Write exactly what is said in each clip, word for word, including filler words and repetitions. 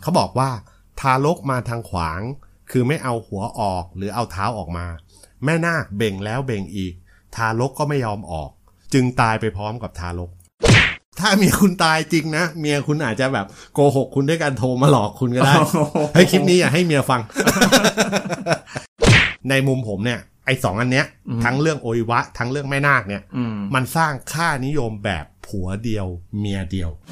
เขาบอกว่าทารกมาทางขวางคือไม่เอาหัวออกหรือเอาเท้าออกมาแม่นาคเบ่งแล้วเบ่งอีกทารกก็ไม่ยอมออกจึงตายไปพร้อมกับทารกถ้าเมียคุณตายจริงนะเมียคุณอาจจะแบบโกหกคุณด้วยการโทรมาหลอกคุณก็ได้ ให้คลิปนี้อย่าให้เมียฟัง ในมุมผมเนี่ยไอ้สองอันเนี้ยทั้งเรื่องโอยวะทั้งเรื่องแม่นาคเนี่ยมันสร้างค่านิยมแบบผัวเดียวเมียเดียว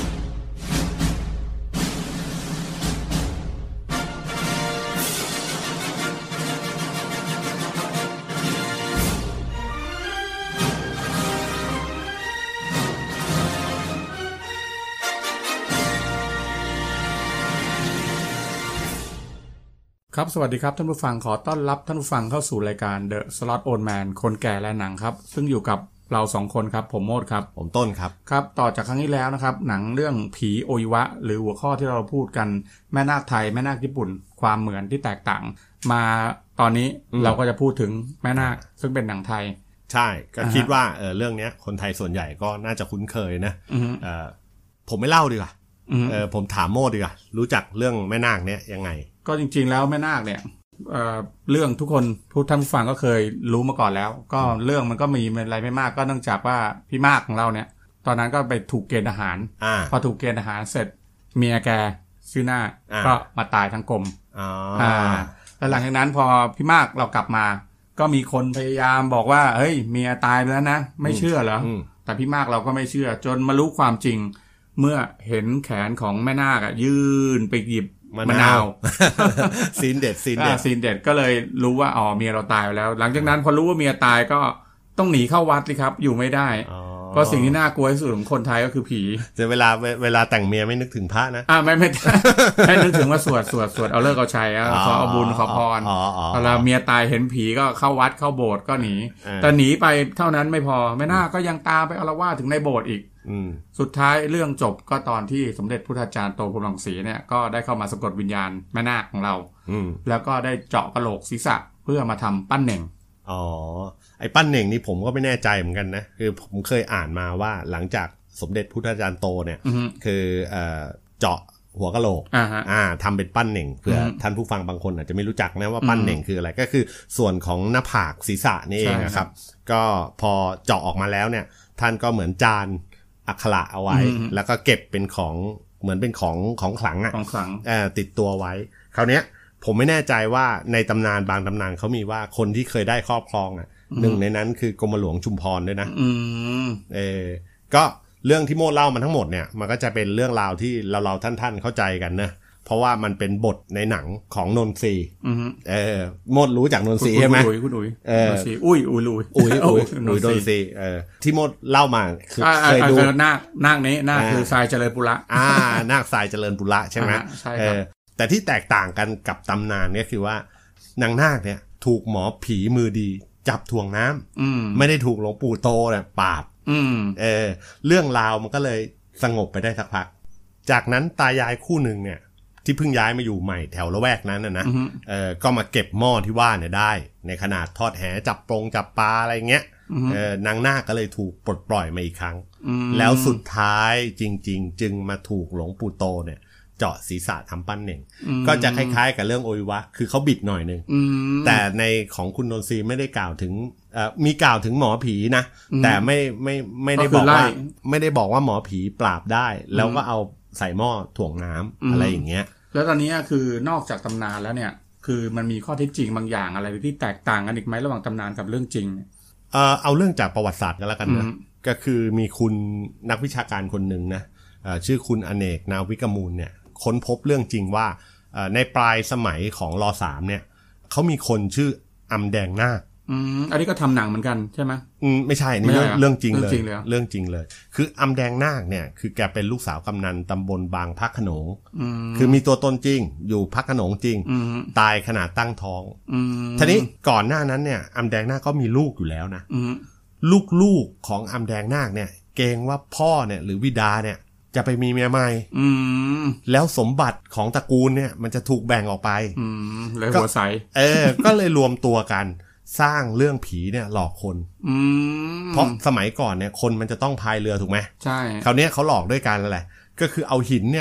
ครับสวัสดีครับท่านผู้ฟังขอต้อนรับท่านผู้ฟังเข้าสู่รายการ The Slot Old Man คนแก่และหนังครับซึ่งอยู่กับเราสองคนครับผมโมดครับผมต้นครับครับต่อจากครั้งที่แล้วนะครับหนังเรื่องผีโอยวะหรือหัวข้อที่เราพูดกันแม่นาคไทยแม่นาคญี่ปุ่นความเหมือนที่แตกต่างมาตอนนี้เราก็จะพูดถึงแม่นาคซึ่งเป็นหนังไทยใช่ก็คิดว่าเออเรื่องนี้คนไทยส่วนใหญ่ก็น่าจะคุ้นเคยนะเออผมไม่เล่าดีกว่าเออผมถามโมดดีกว่ารู้จักเรื่องแม่นาคเนี่ยยังไงก็จริงๆแล้วแม่นาคเนี่ย เอ่อเรื่องทุกคนผู้ท่านผู้ฟังก็เคยรู้มาก่อนแล้วก็เรื่องมันก็มีอะไรไม่มากก็เนื่องจากว่าพี่มากของเราเนี่ยตอนนั้นก็ไปถูกเกณฑ์ทหารพอถูกเกณฑ์ทหารเสร็จเมียแกชื่อหน้าก็มาตายทั้งกลมอ่าแล้วหลังจากนั้นพอพี่มากเรากลับมาก็มีคนพยายามบอกว่าเฮ้ยเมียตายไปแล้วนะไม่เชื่อเหรอแต่พี่มากเราก็ไม่เชื่อจนมารู้ความจริงเมื่อเห็นแขนของแม่นาคอ่ะยื่นไปหยิบมะนาวซีนเด็ดซีนเด็ดซีนเด็ดก็เลยรู้ว่าอ๋อเมียเราตายไปแล้วหลังจากนั้นพอรู้ว่าเมียตายก็ต้องหนีเข้าวัดสิครับอยู่ไม่ได้เพราะสิ่งที่น่ากลัวที่สุดของคนไทยก็คือผีแต่เวลาเวลาแต่งเมียไม่นึกถึงพระนะอ่าไม่ไม่ให้นึกถึงว่าสวดสวดสวดเอาเลิกเอาชัยขอเอาบุญขอพรเวลาเมียตายเห็นผีก็เข้าวัดเข้าโบสถ์ก็หนีแต่หนีไปเท่านั้นไม่พอแม่นาคก็ยังตามไปอาละวาดถึงในโบสถ์อีกสุดท้ายเรื่องจบก็ตอนที่สมเด็จพุทธาจารย์โตพรหมรังสีเนี่ยก็ได้เข้ามาสะกดวิญญาณแม่นาคของเราแล้วก็ได้เจาะกะโหลกศีรษะเพื่อมาทำปั้นเหน่งอ๋อไอ้ปั้นเหน่งนี่ผมก็ไม่แน่ใจเหมือนกันนะคือผมเคยอ่านมาว่าหลังจากสมเด็จพุทธาจารย์โตเนี่ยคือเอ่อเจาะหัวกะโหลกอ่าทำเป็นปั้นเหน่งเผื่อท่านผู้ฟังบางคนอาจจะไม่รู้จักนะว่าปั้นเหน่งคืออะไรก็คือส่วนของหน้าผากศีรษะนี่เองนะครับก็พอเจาะออกมาแล้วเนี่ยท่านก็เหมือนจานอักขระเอาไว้แล้วก็เก็บเป็นของเหมือนเป็นของของขลังอ่ะของขลังเอ่อติดตัวไว้คราวเนี้ยผมไม่แน่ใจว่าในตำนานบางตำนานเขามีว่าคนที่เคยได้ครอบครองอ่ะหนึ่งในนั้นคือกรมหลวงชุมพรด้วยนะเออก็เรื่องที่โมดเล่ามันทั้งหมดเนี่ยมันก็จะเป็นเรื่องราวที่เราเราท่านๆเข้าใจกันนะเพราะว่ามันเป็นบทในหนังของนนทรีเออโมดรู้จากนนทรีใช่ไหมอุ้ยอุ้ยเอออุ้ยอุ้ยอุ้ยอุ้ยอุ้ยอุ้ยนนทรีเออที่โมดเล่ามาคือเคยดูนาคนาคนี้นาคคือทรายเจริญปุระอ่านาคทรายเจริญปุระใช่ไหมเออแต่ที่แตกต่างกันกับตำนานเนี่ยคือว่านางนาคเนี่ยถูกหมอผีมือดีจับถ่วงน้ำไม่ได้ถูกหลวงปู่โตเนี่ยปราบเออเรื่องราวมันก็เลยสงบไปได้สักพักจากนั้นตายายคู่หนึ่งเนี่ยที่เพิ่งย้ายมาอยู่ใหม่แถวละแวกนั้นนะนะเออก็มาเก็บหม้อที่ว่าเนี่ยได้ในขนาดทอดแหจับปรงจับปลาอะไรเงี้ยเออนางนาคก็เลยถูกปลดปล่อยมาอีกครั้งแล้วสุดท้ายจริงๆจึงมาถูกหลวงปู่โตเนี่ยเจาะศีรษะทำปั้นเหน่งก็จะคล้ายๆกับเรื่องโอยวะคือเขาบิดหน่อยนึงแต่ในของคุณนนทรีไม่ได้กล่าวถึงมีกล่าวถึงหมอผีนะแต่ไม่ไม่ไม่ได้บอกว่าไม่ได้บอกว่าหมอผีปราบได้แล้วก็เอาใส่หม้อถ่วงน้ำอะไรอย่างเงี้ยแล้วตอนนี้คือนอกจากตำนานแล้วเนี่ยคือมันมีข้อเท็จจริงบางอย่างอะไรที่แตกต่างกันอีกไหมระหว่างตำนานกับเรื่องจริงเออเอาเรื่องจากประวัติศาสตร์กันแล้วกันนะก็คือมีคุณนักวิชาการคนหนึ่งนะชื่อคุณอเนกนาวิกมูลเนี่ยค้นพบเรื่องจริงว่าในปลายสมัยของร.สาม เนี่ยเขามีคนชื่ออำแดงนาคอืมอันนี้ก็ทำหนังเหมือนกันใช่ไหมอืมไม่ใช่นี่เรื่องเรื่องจริงเลยเรื่องจริงเลยคืออำแดงนาคเนี่ยคือแกเป็นลูกสาวกำนันตำบลบางพระโขนงคือมีตัวตนจริงอยู่พระโขนงจริงตายขณะตั้งท้องทีนี้ก่อนหน้านั้นเนี่ยอำแดงนาคก็มีลูกอยู่แล้วนะลูกๆของอำแดงนาคเนี่ยเกรงว่าพ่อเนี่ยหรือวิดาเนี่ยจะไปมีเมียใหม่แล้วสมบัติของตระกูลเนี่ยมันจะถูกแบ่งออกไปเลยหัวใสเออก็เลยรวมตัวกันสร้างเรื่องผีเนี่ยหลอกคนเพราะสมัยก่อนเนี่ยคนมันจะต้องพายเรือถูกไหมใช่คราวนี้เขาหลอกด้วยกันอะไรก็คือเอาหินเนี่ย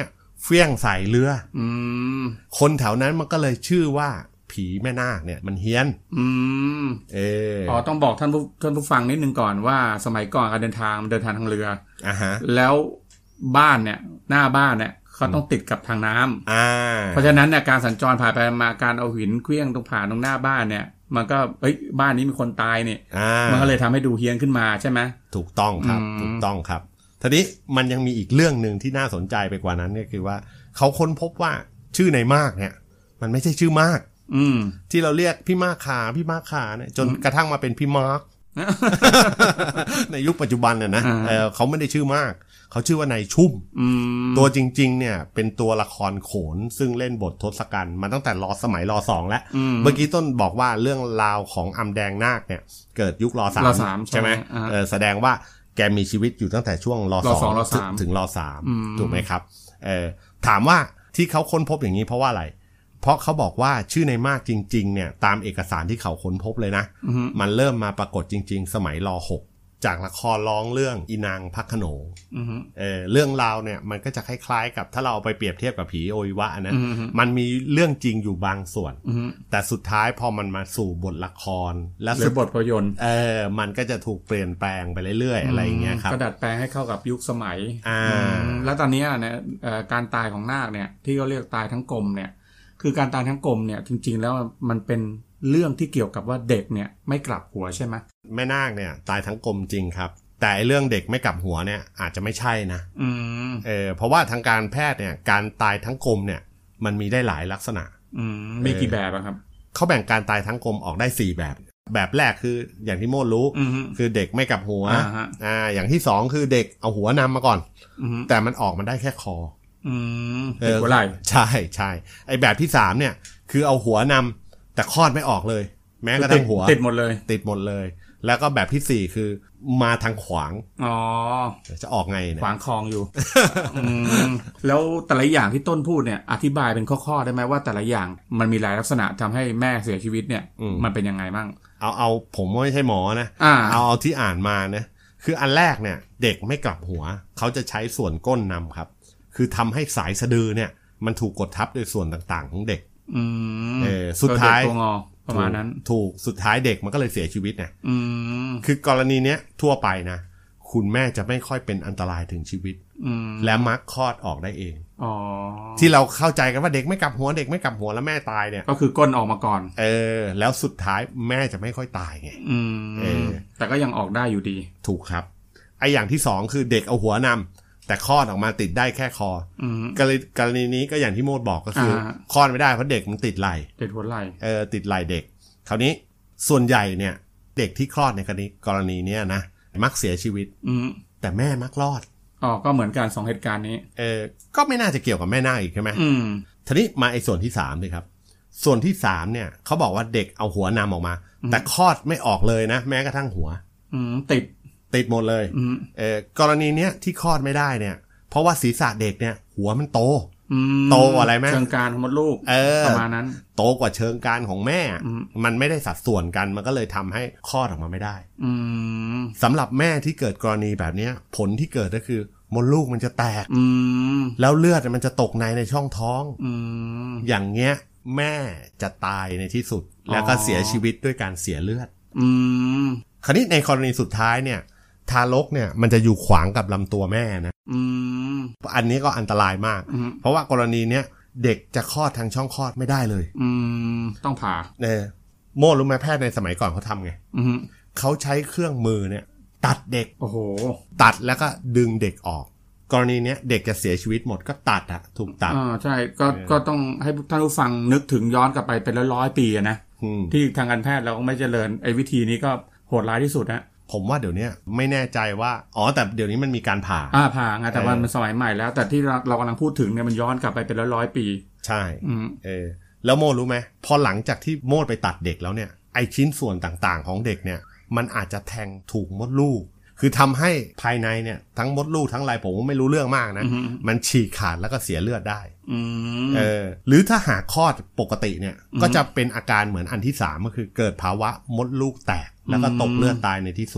เฟี้ยงใส่เรืออืมคนแถวนั้นมันก็เลยชื่อว่าผีแม่นาคเนี่ยมันเฮี้ยนอืมเอออ๋อต้องบอกท่านผู้ท่านผู้ฟังนิดนึงก่อนว่าสมัยก่อนการเดินทางมันเดินทางทางเรืออ่าฮะแล้วบ้านเนี่ยหน้าบ้านเนี่ยเขาต้องติดกับทางน้ำอ่าเพราะฉะนั้นเนี่ยการสัญจรผ่านไปมาการเอาหินเคลื่องตรงผ่านตรงหน้าบ้านเนี่ยมันก็เอ้ยบ้านนี้มีคนตายเนี่ยมันก็เลยทำให้ดูเฮี้ยนขึ้นมาใช่ไหมถูกต้องครับถูกต้องครับทีนี้มันยังมีอีกเรื่องนึงที่น่าสนใจไปกว่านั้นก็คือว่าเขาค้นพบว่าชื่อในมากเนี่ยมันไม่ใช่ชื่อมากอืมที่เราเรียกพี่มากขาพี่มากขาเนี่ยจนกระทั่งมาเป็นพี่มาร์ค ในยุคปัจจุบันน่ะนะเออเขาไม่ได้ชื่อมากเขาชื่อว่านายชุ่มตัวจริงๆเนี่ยเป็นตัวละครโขนซึ่งเล่นบททศกัณฐ์มาตั้งแต่รอสมัยรอสองแล้วเมื่อกี้ต้นบอกว่าเรื่องราวของอำแดงนาคเนี่ยเกิดยุครอสามใช่ไหมเออแสดงว่าแกมีชีวิตอยู่ตั้งแต่ช่วงรอสองถึงรอสามถูกไหมครับเออถามว่าที่เขาค้นพบอย่างนี้เพราะว่าอะไรเพราะเขาบอกว่าชื่อในมากจริงๆเนี่ยตามเอกสารที่เขาค้นพบเลยนะมันเริ่มมาปรากฏจริงๆสมัยรอหกจากละครร้องเรื่องอีนางพระโขนงเออเรื่องราวเนี่ยมันก็จะคล้ายๆกับถ้าเราเอาไปเปรียบเทียบกับผีโอยวะนะมันมีเรื่องจริงอยู่บางส่วนแต่สุดท้ายพอมันมาสู่บทละครและหรือบทภาพยนตร์เออมันก็จะถูกเปลี่ยนแปลงไปเรื่อยๆอะไรอย่างเงี้ยครับก็ดัดแปลงให้เข้ากับยุคสมัยอ่าแล้วตอนนี้เนี่ยการตายของนาคเนี่ยที่เขาเรียกตายทั้งกลมเนี่ยคือการตายทั้งกลมเนี่ยจริงๆแล้วมันเป็นเรื่องที่เกี่ยวกับว่าเด็กเนี่ยไม่กลับหัวใช่ไหมแม่นาคเนี่ยตายทั้งกลมจริงครับแต่เรื่องเด็กไม่กลับหัวเนี่ยอาจจะไม่ใช่นะอืมเออเพราะว่าทางการแพทย์เนี่ยการตายทั้งกลมเนี่ยมันมีได้หลายลักษณะอืมมีกี่แบบครับเขาแบ่งการตายทั้งกลมออกได้สี่แบบแบบแรกคืออย่างที่โมดรู้คือเด็กไม่กลับหัวอ่าอย่างที่สองคือเด็กเอาหัวนำมาก่อนแต่มันออกมาได้แค่คออืมติดหัวไหล่ใช่ใช่ไอแบบที่สามเนี่ยคือเอาหัวนำแต่คลอดไม่ออกเลยแม้กระทั่งหัวติดหมดเลยติดหมดเลยแล้วก็แบบที่สี่คือมาทางขวางอ๋อจะออกไงเนี่ยขวางคลองอยู่ แล้วแต่ละอย่างที่ต้นพูดเนี่ยอธิบายเป็นข้อๆได้ไหมว่าแต่ละอย่างมันมีหลายลักษณะทำให้แม่เสียชีวิตเนี่ยมันเป็นยังไงบ้างเอาเอาผมไม่ใช่หมอนะเอาเอาที่อ่านมานะคืออันแรกเนี่ยเด็กไม่กลับหัวเขาจะใช้ส่วนก้นนำครับคือทำให้สายสะดือเนี่ยมันถูกกดทับโดยส่วนต่างๆของเด็กเออสุดท้ายตัวงอประมาณนั้นถูกสุดท้ายเด็กมันก็เลยเสียชีวิตนะคือกรณีเนี้ยทั่วไปนะคุณแม่จะไม่ค่อยเป็นอันตรายถึงชีวิตและมักคลอดออกได้เองอ๋อที่เราเข้าใจกันว่าเด็กไม่กลับหัวเด็กไม่กลับหัวแล้วแม่ตายเนี่ยก็คือก้นออกมาก่อนเออแล้วสุดท้ายแม่จะไม่ค่อยตายไงเออแต่ก็ยังออกได้อยู่ดีถูกครับไออย่างที่สองคือเด็กเอาหัวนำแต่คลอดออกมาติดได้แค่คอกรณีกรณีนี้ก็อย่างที่โมดบอกก็คือคลอดไม่ได้เพราะเด็กมันติดไหล่ติดหัวไหล่เออติดไหล่เด็กคราวนี้ส่วนใหญ่เนี่ยเด็กที่คลอดในกรณีกรณีเนี้ยนะมักเสียชีวิตแต่แม่มักรอดอ๋อก็เหมือนกันสองเหตุการณ์นี้เออก็ไม่น่าจะเกี่ยวกับแม่นาคอีกใช่ไหมทีนี้มาไอ้ส่วนที่สามเลยครับส่วนที่สามเนี่ยเขาบอกว่าเด็กเอาหัวนำออกมาแต่คลอดไม่ออกเลยนะแม้กระทั่งหัวติดติดหมดเลยเออกรณีเนี้ยที่คลอดไม่ได้เนี่ยเพราะว่าศีรษะเด็กเนี่ยหัวมันโตโตกว่าอะไรแม่เชิงการของมดลูกประมาณนั้นโตกว่าเชิงการของแม่มันไม่ได้สัดส่วนกันมันก็เลยทำให้คลอดออกมาไม่ได้สำหรับแม่ที่เกิดกรณีแบบนี้ผลที่เกิดก็คือมดลูกมันจะแตกแล้วเลือดมันจะตกในในช่องท้องอย่างเงี้ยแม่จะตายในที่สุดแล้วก็เสียชีวิตด้วยการเสียเลือดคราวนี้ในกรณีสุดท้ายเนี่ยทารกเนี่ยมันจะอยู่ขวางกับลำตัวแม่นะอืมอันนี้ก็อันตรายมากเพราะว่ากรณีเนี้ยเด็กจะคลอดทางช่องคลอดไม่ได้เลยอืมต้องผ่าเออโมรู้ไหมแพทย์ในสมัยก่อนเขาทำไงเขาใช้เครื่องมือเนี่ยตัดเด็กโอ้โหตัดแล้วก็ดึงเด็กออกกรณีเนี้ยเด็กจะเสียชีวิตหมดก็ตัดอะถูกตัดอ่าใช่ก็ก็ต้องให้ท่านผู้ฟังนึกถึงย้อนกลับไปเป็นร้อยๆปีนะที่ทางการแพทย์เราก็ไม่เจริญไอ้วิธีนี้ก็โหดร้ายที่สุดนะผมว่าเดี๋ยวนี้ไม่แน่ใจว่าอ๋อแต่เดี๋ยวนี้มันมีการผ่าอ่าผ่าไงแต่ว่ามันสมัยใหม่แล้วแต่ที่เราเรากำลังพูดถึงเนี่ยมันย้อนกลับไปเป็นร้อยๆปีใช่เออแล้วโมรู้ไหมพอหลังจากที่โมไปตัดเด็กแล้วเนี่ยไอชิ้นส่วนต่างๆของเด็กเนี่ยมันอาจจะแทงถูกมดลูกคือทำให้ภายในเนี่ยทั้งมดลูกทั้งอะไรผมไม่รู้เรื่องมากนะมันฉีกขาดแล้วก็เสียเลือดได้เออหรือถ้าหากคลอดปกติเนี่ยก็จะเป็นอาการเหมือนอันที่สามก็คือเกิดภาวะมดลูกแตกแล้วก็ตกเลือดตายในที่สุด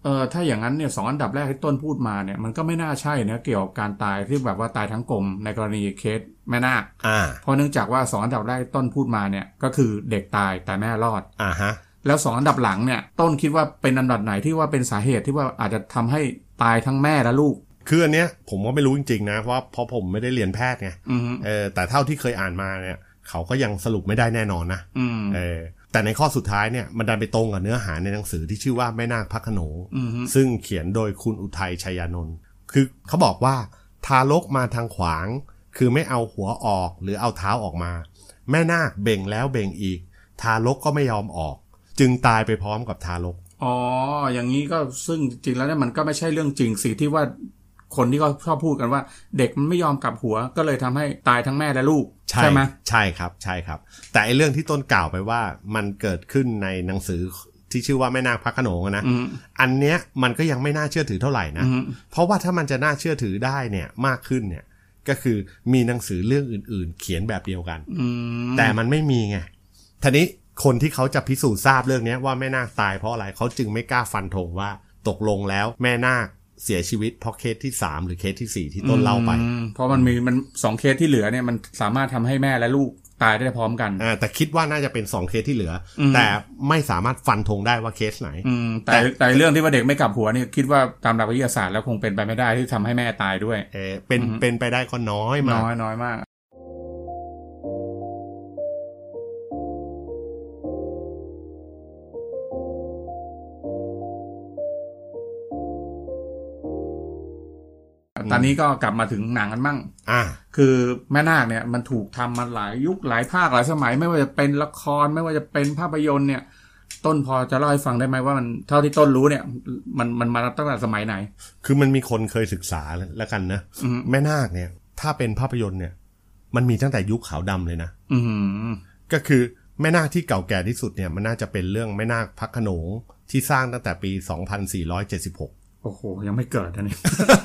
เออถ้าอย่างนั้นเนี่ยสองอันดับแรกที่ต้นพูดมาเนี่ยมันก็ไม่น่าใช่นะเกี่ยวกับการตายที่แบบว่าตายทั้งกลมในกรณีเคสแม่นาคอ่าเพราะเนื่องจากว่าสองอันดับแรกต้นพูดมาเนี่ยก็คือเด็กตายแต่แม่รอดอ่าฮะแล้วสองอันดับหลังเนี่ยต้นคิดว่าเป็นอันดับไหนที่ว่าเป็นสาเหตุที่ว่าอาจจะทำให้ตายทั้งแม่และลูกคืออันเนี้ยผมก็ไม่รู้จริงๆนะเพราะเพราะผมไม่ได้เรียนแพทย์ไงเออแต่เท่าที่เคยอ่านมาเนี่ยเขาก็ยังสรุปไม่ได้แน่นอนนะเออแต่ในข้อสุดท้ายเนี่ยมันดันไปตรงกับเนื้อหาในหนังสือที่ชื่อว่าแม่นาคพระโขนงซึ่งเขียนโดยคุณอุทัยชัยานนท์คือเขาบอกว่าทารกมาทางขวางคือไม่เอาหัวออกหรือเอาเท้าออกมาแม่นาคเบ่งแล้วเบ่งอีกทารกก็ไม่ยอมออกจึงตายไปพร้อมกับทารกอ๋ออย่างนี้ก็ซึ่งจริงแล้วเนี่ยมันก็ไม่ใช่เรื่องจริงสิที่ว่าคนที่เขาชอบพูดกันว่าเด็กมันไม่ยอมกลับหัวก็เลยทำให้ตายทั้งแม่และลูกใช่ไหมใช่ครับใช่ครับแต่ไอ้เรื่องที่ต้นกล่าวไปว่ามันเกิดขึ้นในหนังสือที่ชื่อว่าแม่นาคพระโขนงนะอันเนี้ยมันก็ยังไม่น่าเชื่อถือเท่าไหร่นะเพราะว่าถ้ามันจะน่าเชื่อถือได้เนี่ยมากขึ้นเนี่ยก็คือมีหนังสือเรื่องอื่นๆเขียนแบบเดียวกันแต่มันไม่มีไงทีนี้คนที่เขาจะพิสูจน์ทราบเรื่องนี้ว่าแม่นาคตายเพราะอะไรเขาจึงไม่กล้าฟันธงว่าตกลงแล้วแม่นาคเสียชีวิตเพราะเคสที่สามหรือเคสที่สี่ที่ต้นเล่าไปเพราะมันมีมันสองเคสที่เหลือเนี่ยมันสามารถทำให้แม่และลูกตายได้พร้อมกันอ่าแต่คิดว่าน่าจะเป็นสองเคสที่เหลือแต่ไม่สามารถฟันธงได้ว่าเคสไหนแต่แต่เรื่องที่ว่าเด็กไม่กลับหัวนี่คิดว่าตามหลักวิทยาศาสตร์แล้วคงเป็นไปไม่ได้ที่ทำให้แม่ตายด้วยเออเป็นเป็นไปได้ก็น้อยมากน้อยน้อยมากตอนนี้ก็กลับมาถึงหนังกันบ้างอ่าคือแม่นาคเนี่ยมันถูกทำมาหลายยุคหลายภาคหลายสมัยไม่ว่าจะเป็นละครไม่ว่าจะเป็นภาพยนตร์เนี่ยต้นพอจะเล่าให้ฟังได้ไหมว่ามันเท่าที่ต้นรู้เนี่ยมันมันมาตั้งแต่สมัยไหนคือมันมีคนเคยศึกษาแล้วกันนะแม่นาคเนี่ยถ้าเป็นภาพยนตร์เนี่ยมันมีตั้งแต่ยุคขาวดำเลยนะอืก็คือแม่นาคที่เก่าแก่ที่สุดเนี่ยมันน่าจะเป็นเรื่องแม่นาคพระโขนงที่สร้างตั้งแต่ปีสองพันสี่ร้อยเจ็ดสิบหกโอ้โหยังไม่เกิดนะเนี่ย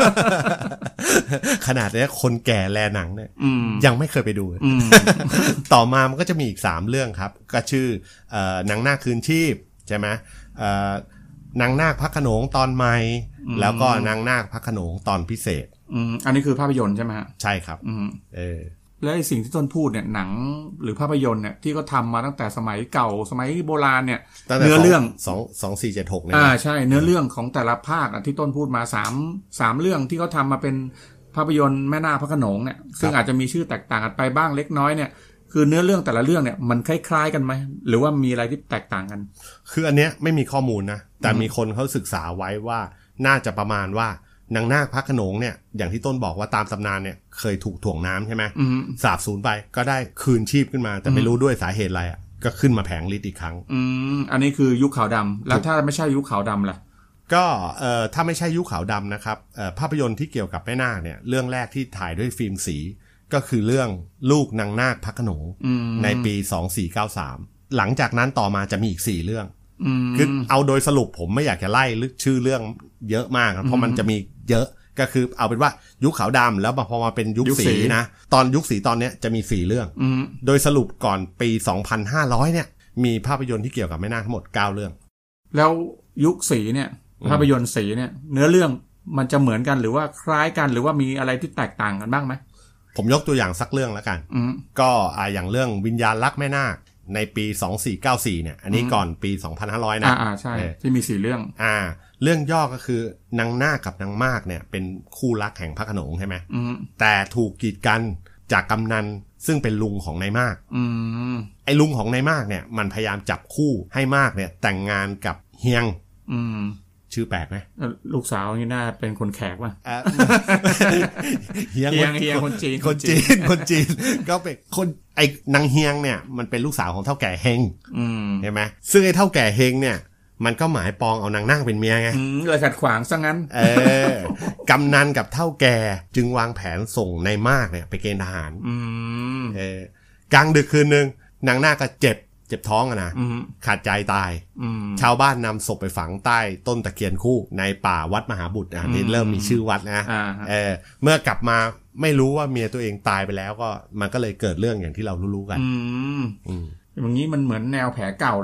ขนาดนี้คนแก่แลหนังเนี่ยยังไม่เคยไปดู ต่อมามันก็จะมีอีกสามเรื่องครับก็ชื่อเอ่อนางนาคคืนชีพใช่ไหมเอ่อนางนาคพระโขนงตอนใหม่แล้วก็นางนาคพระโขนงตอนพิเศษอืมอันนี้คือภาพยนตร์ใช่ไหมฮะใช่ครับอืมเออแล้วไอ้สิ่งที่ต้นพูดเนี่ยหนังหรือภาพยนตร์เนี่ยที่เขาทำมาตั้งแต่สมัยเก่าสมัยโบราณเนี่ยเนื้อเรื่องสอง สอง สี่ เจ็ด หกเนี่ยอ่าใช่เนื้อเรื่องของแต่ละภาคอ่ะที่ต้นพูดมาสาม สามเรื่องที่เขาทำมาเป็นภาพยนตร์แม่นาคพระโขนงเนี่ยซึ่งอาจจะมีชื่อแตกต่างกันไปบ้างเล็กน้อยเนี่ยคือเนื้อเรื่องแต่ละเรื่องเนี่ยมันคล้ายๆกันไหมหรือว่ามีอะไรที่แตกต่างกันคืออันเนี้ยไม่มีข้อมูลนะแต่มีคนเขาศึกษาไว้ว่าน่าจะประมาณว่านางนาคพระโขนงเนี่ยอย่างที่ต้นบอกว่าตามตำนานเนี่ยเคยถูกถ่วงน้ำใช่ไหมสาบสูญไปก็ได้คืนชีพขึ้นมาแต่ไม่รู้ด้วยสาเหตุอะไรอ่ะก็ขึ้นมาแผงฤทธิ์อีกครั้งอืมอันนี้คือยุคขาวดำแล้วถ้าไม่ใช่ยุคขาวดำล่ะก็เอ่อถ้าไม่ใช่ยุคขาวดำนะครับเอ่อภาพยนตร์ที่เกี่ยวกับแม่นาคเนี่ยเรื่องแรกที่ถ่ายด้วยฟิล์มสีก็คือเรื่องลูกนางนาคพระโขนงในปีสองพันสี่ร้อยเก้าสิบสามหลังจากนั้นต่อมาจะมีอีกสี่เรื่องคือเอาโดยสรุปผมไม่อยากจะไล่ชื่อเรื่องเยอะมากเพราะมันจะมีเยอะก็คือเอาเป็นว่ายุคขาวดำแล้วพอมาเป็นยุคสีนะตอนยุคสีตอนเนี้ยจะมีสี่เรื่องโดยสรุปก่อนปีสองพันห้าร้อยเนี่ยมีภาพยนตร์ที่เกี่ยวกับแม่นาคทั้งหมดเก้าเรื่องแล้วยุคสีเนี่ยภาพยนตร์สีเนี่ยเนื้อเรื่องมันจะเหมือนกันหรือว่าคล้ายกันหรือว่ามีอะไรที่แตกต่างกันบ้างไหมผมยกตัวอย่างสักเรื่องแล้วกันก็อ่าอย่างเรื่องวิญญาณรักแม่นาคในปีสองพันสี่ร้อยเก้าสิบสี่เนี่ยอันนี้ก่อนปีสองพันห้าร้อยนะอ่าใช่ที่มีสี่เรื่องอ่าเรื่องย่อก็คือนางนาคกับนางมากเนี่ยเป็นคู่รักแห่งพระโขนงใช่ไหมแต่ถูกกีดกันจากกำนันซึ่งเป็นลุงของนายมากไอ้ลุงของนายมากเนี่ยมันพยายามจับคู่ให้มากเนี่ยแต่งงานกับเฮียงชื่อแปลกไหมลูกสาวนี่น่าเป็นคนแขกว่ะเฮียงเฮียงเฮียงคนจีนคนจีนคนจีนก็เป็นคนไอ้นางเฮียงเนี่ยมันเป็นลูกสาวของเฒ่าแก่เฮงใช่ไหมซึ่งไอ้เฒ่าแก่เฮงเนี่ยมันก็หมายปองเอานางนาคเป็นเมียไงเลยขัดขวางซะงั้นเออกำนันกับเฒ่าแก่จึงวางแผนส่งนายมากเนี่ยไปเกณฑ์ทหารเออกลางดึกคืนนึงนางนาคก็เจ็บเจ็บท้องอะนะขาดใจตายชาวบ้านนำศพไปฝังใต้ต้นตะเคียนคู่ในป่าวัดมหาบุตรอ่ะนี่เริ่มมีชื่อวัดนะเออเมื่อกลับมาไม่รู้ว่าเมียตัวเองตายไปแล้วก็มันก็เลยเกิดเรื่องอย่างที่เรารู้ๆกันอืมอย่างนี้มันเหมือนแนวแผลเก่าเลยนะ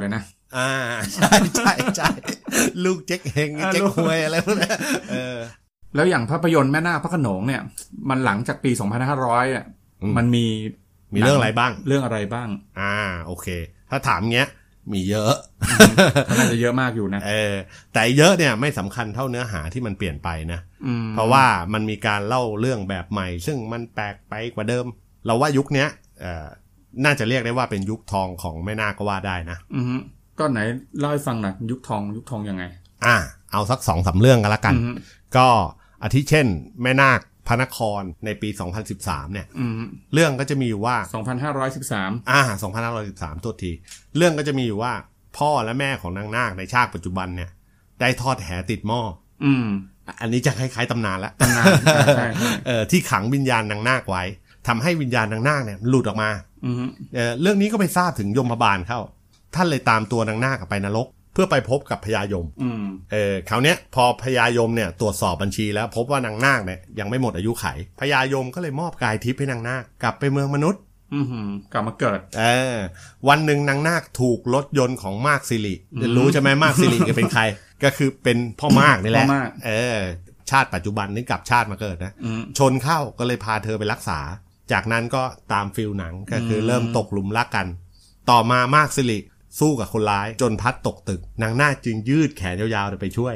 อ่าใช่ใช่ใช่ลูกเจ๊กเฮงเจ๊กฮวยอะไรพวกนี้เออแล้วอย่างภาพยนตร์แม่นาคพระโขนงเนี่ยมันหลังจากปีสองพันห้าร้อยอ่ะมันมีมีเรื่องอะไรบ้างเรื่องอะไรบ้างอ่าโอเคถ้าถามเงี้ยมีเยอะน่าจะเยอะมากอยู่นะเออแต่เยอะเนี่ยไม่สำคัญเท่าเนื้อหาที่มันเปลี่ยนไปนะเพราะว่ามันมีการเล่าเรื่องแบบใหม่ซึ่งมันแปลกไปกว่าเดิมเราว่ายุคเนี้ยเอ่อน่าจะเรียกได้ว่าเป็นยุคทองของแม่นาคก็ว่าได้นะอือก็ไหนเล่าให้ฟังหน่อยยุคทองยุคทองยังไงอ่าเอาสัก สองสาม เรื่องกันละกันก็อาทิเช่นแม่นาคพระนครในปีสองพันสิบสามเนี่ยเรื่องก็จะมีอยู่ว่าสองพันห้าร้อยสิบสามอ่าสองพันห้าร้อยสิบสามตัวทีเรื่องก็จะมีอยู่ว่าพ่อและแม่ของนางนาคในชาติปัจจุบันเนี่ยได้ทอดแหติดหม้ออืมอันนี้จะคล้ายๆตำนานละตำนานใช่เออที่ขังวิญญาณนางนาคไว้ทำให้วิญญาณนางนาคเนี่ยหลุดออกมาเออเรื่องนี้ก็ไปทราบถึงยมบาลเข้าท่านเลยตามตัวนางนาคไปนรกเพื่อไปพบกับพญายมเออคราวเนี้ยพอพญายมเนี่ยตรวจสอบบัญชีแล้วพบว่านางนาคเนี่ยยังไม่หมดอายุไขพญายมก็เลยมอบกายทิพย์ให้นางนาคกลับไปเมืองมนุษย์อืมกลับมาเกิดเออวันหนึ่งนางนาคถูกรถยนต์ของมากสิริรู้ใช่ไหมมากสิริเป็นใครก็คือเป็นพ่อมากนี่แหละเออชาติปัจจุบันนี่กลับชาติมาเกิดนะชนเข้าก็เลยพาเธอไปรักษาจากนั้นก็ตามฟิลหนังก็คือเริ่มตกหลุมรักกันต่อมามากสิริสู้กับคนร้ายจนพัดตกตึกนางนาคจึงยืดแขนยาวๆไปช่วย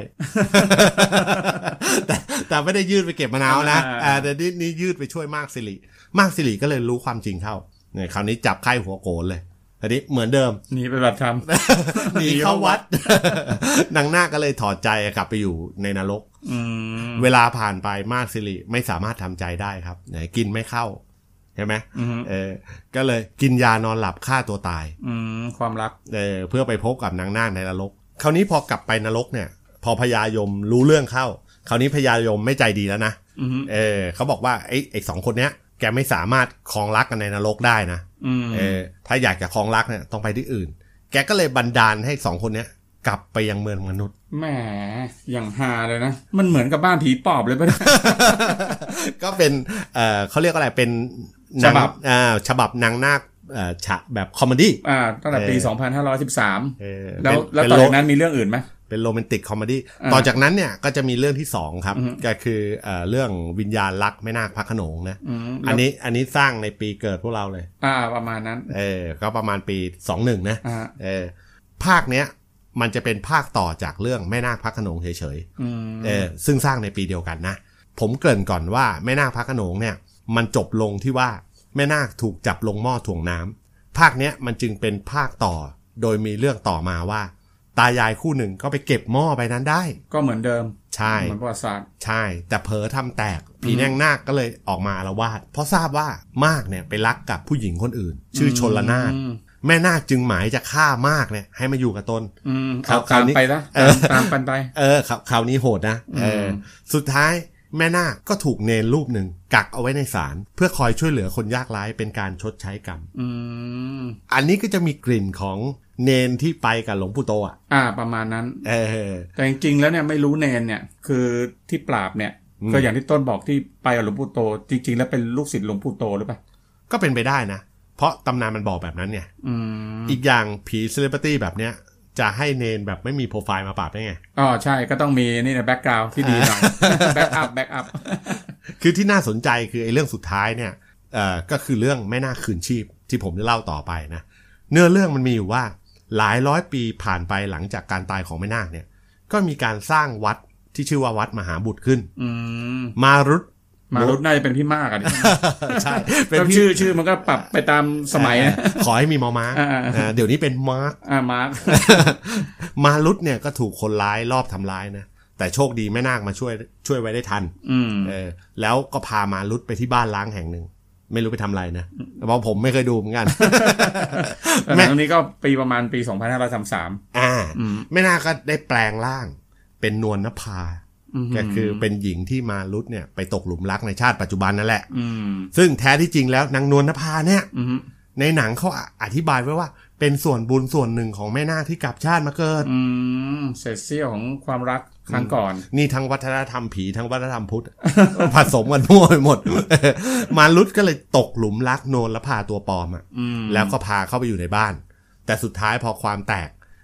แต่แต่ไม่ได้ยืดไปเก็บมะนาวนะแต่นี่นี่ยืดไปช่วยมากสิริมากสิริก็เลยรู้ความจริงเข้าเนี่ยคราวนี้จับไข้หัวโกนเลยทีนี้เหมือนเดิมหนีไปบัตรธรรมหนีเข้าวัดนางนาคก็เลยถอดใจกลับไปอยู่ในนรกเวลาผ่านไปมากสิริไม่สามารถทำใจได้ครับไหนกินไม่เข้าใช่ไหมเออก็เลยกินยานอนหลับฆ่าตัวตายอืมความรักเออเพื่อไปพบกับนางนาคในนรกคราวนี้พอกลับไปนรกเนี่ยพอพญายมรู้เรื่องเข้าคราวนี้พญายมไม่ใจดีแล้วนะเออเขาบอกว่าไอ้ไอ้สองคนเนี้ยแกไม่สามารถครองรักกันในนรกได้นะเออถ้าอยากจะครองรักเนี่ยต้องไปที่อื่นแกก็เลยบันดาลให้สองคนเนี้ยกลับไปยังเมืองมนุษย์แหมอย่างฮาเลยนะมันเหมือนกับบ้านผีปอบเลยป่ะก็เป็นเอ่อเขาเรียกอะไรเป็นฉบับอ่าฉบับนางนาคเอ่อฉะแบบคอมเมดี้อ่าตั้งแต่ปีสองพันห้าร้อยสิบสามเออแล้วแล้วต่อจากนั้นมีเรื่องอื่นมั้ยเป็นโรแมนติกคอมเมดี้ต่อจากนั้นเนี่ยก็จะมีเรื่องที่สองครับก็คือเอ่อเรื่องวิญญาณรักแม่นาคพระโขนงนะอันนี้อันนี้สร้างในปีเกิดพวกเราเลยอ่าประมาณนั้นเออก็ประมาณปีสองพันสิบนะเออภาคเนี้ยมันจะเป็นภาคต่อจากเรื่องแม่นาคพระโขนงเฉยๆเออซึ่งสร้างในปีเดียวกันนะผมเกริ่นก่อนว่าแม่นาคพระโขนงเนี่ยมันจบลงที่ว่าแม่นาคถูกจับลงหม้อถ่วงน้ำภาคเนี้ยมันจึงเป็นภาคต่อโดยมีเรื่องต่อมาว่าตายายคู่หนึ่งก็ไปเก็บหม้อไปนั้นได้ก็เหมือนเดิมใช่เหมือนประวัติศาสตร์ใช่แต่เผลอทำแตกผีนางนาคก็เลยออกมาอาละวาดเพราะทราบว่ามากเนี่ยไปรักกับผู้หญิงคนอื่นชื่อชลนาถแม่นาคจึงหมายจะฆ่ามากเนี่ยให้มาอยู่กับตนข่าวคราวนี้ไปนะตามกันไปเออข่าวนี้โหดนะเออสุดท้ายแม่นาคก็ถูกเนรรูปหนึ่งกักเอาไว้ในศาลเพื่อคอยช่วยเหลือคนยากไร้เป็นการชดใช้กรรมอันนี้ก็จะมีกลิ่นของเนรที่ไปกับหลวงปู่โตอ่ะอ่าประมาณนั้นเออแต่จริงๆแล้วเนี่ยไม่รู้เนรเนี่ยคือที่ปราบเนี่ยก็อย่างที่ต้นบอกที่ไปกับหลวงปู่โตจริงๆแล้วเป็นลูกศิษย์หลวงปู่โตหรือเปล่าก็เป็นไปได้นะเพราะตำนานมันบอกแบบนั้นไง อ, อีกอย่างผีเซเลบริตี้แบบเนี้ยจะให้เนนแบบไม่มีโปรไฟล์มาปราบได้ไงอ๋อใช่ก็ต้องมีนี่นะแบ็คกราวด์ที่ดีหน่อยแบ็คอัพแบ็คอัพคือที่น่าสนใจคือไอ้เรื่องสุดท้ายเนี่ยเอ่อก็คือเรื่องแม่นาคคืนชีพที่ผมจะเล่าต่อไปนะเนื้อเรื่องมันมีอยู่ว่าหลายร้อยปีผ่านไปหลังจากการตายของแม่นาคเนี่ยก็มีการสร้างวัดที่ชื่อว่าวัดมหาบุตรขึ้นมารุตมารุตน่าจะเป็นพี่มากอ่ะใช่เป็นชื่อชื่อมันก็ปรับไปตามสมัยนะขอให้มีมอม้าเดี๋ยวนี้เป็นมาร์คอ่ามาร์คมารุตเนี่ยก็ถูกคนร้ายรอบทำร้ายนะแต่โชคดีแม่นาคมาช่วยช่วยไว้ได้ทันเออแล้วก็พามารุตไปที่บ้านล้างแห่งหนึ่งไม่รู้ไปทำอะไรนะเพราะผมไม่เคยดูเหมือนกันแม่ตรงนี้ก็ปีประมาณปีสองพันห้าร้อยสามสิบสามอ่าแม่นาคก็ได้แปลงร่างเป็นนวลนภาก็คือเป็นหญิงที่มารุตเนี่ยไปตกหลุมรักในชาติปัจจุบันนั่นแหละซึ่งแท้ที่จริงแล้วนางนวลนภาเนี่ยในหนังเขาอธิบายไว้ว่าเป็นส่วนบุญส่วนหนึ่งของแม่นาคที่กลับชาติมาเกิดเศษเสี้ยวของความรักครั้งก่อนนี่ทั้งวัฒนธรรมผีทั้งวัฒนธรรมพุทธผสมกันมั่วไปหมดมารุตก็เลยตกหลุมรักนวลนภาตัวปลอมอ่ะแล้วก็พาเข้าไปอยู่ในบ้านแต่สุดท้ายพอความแตก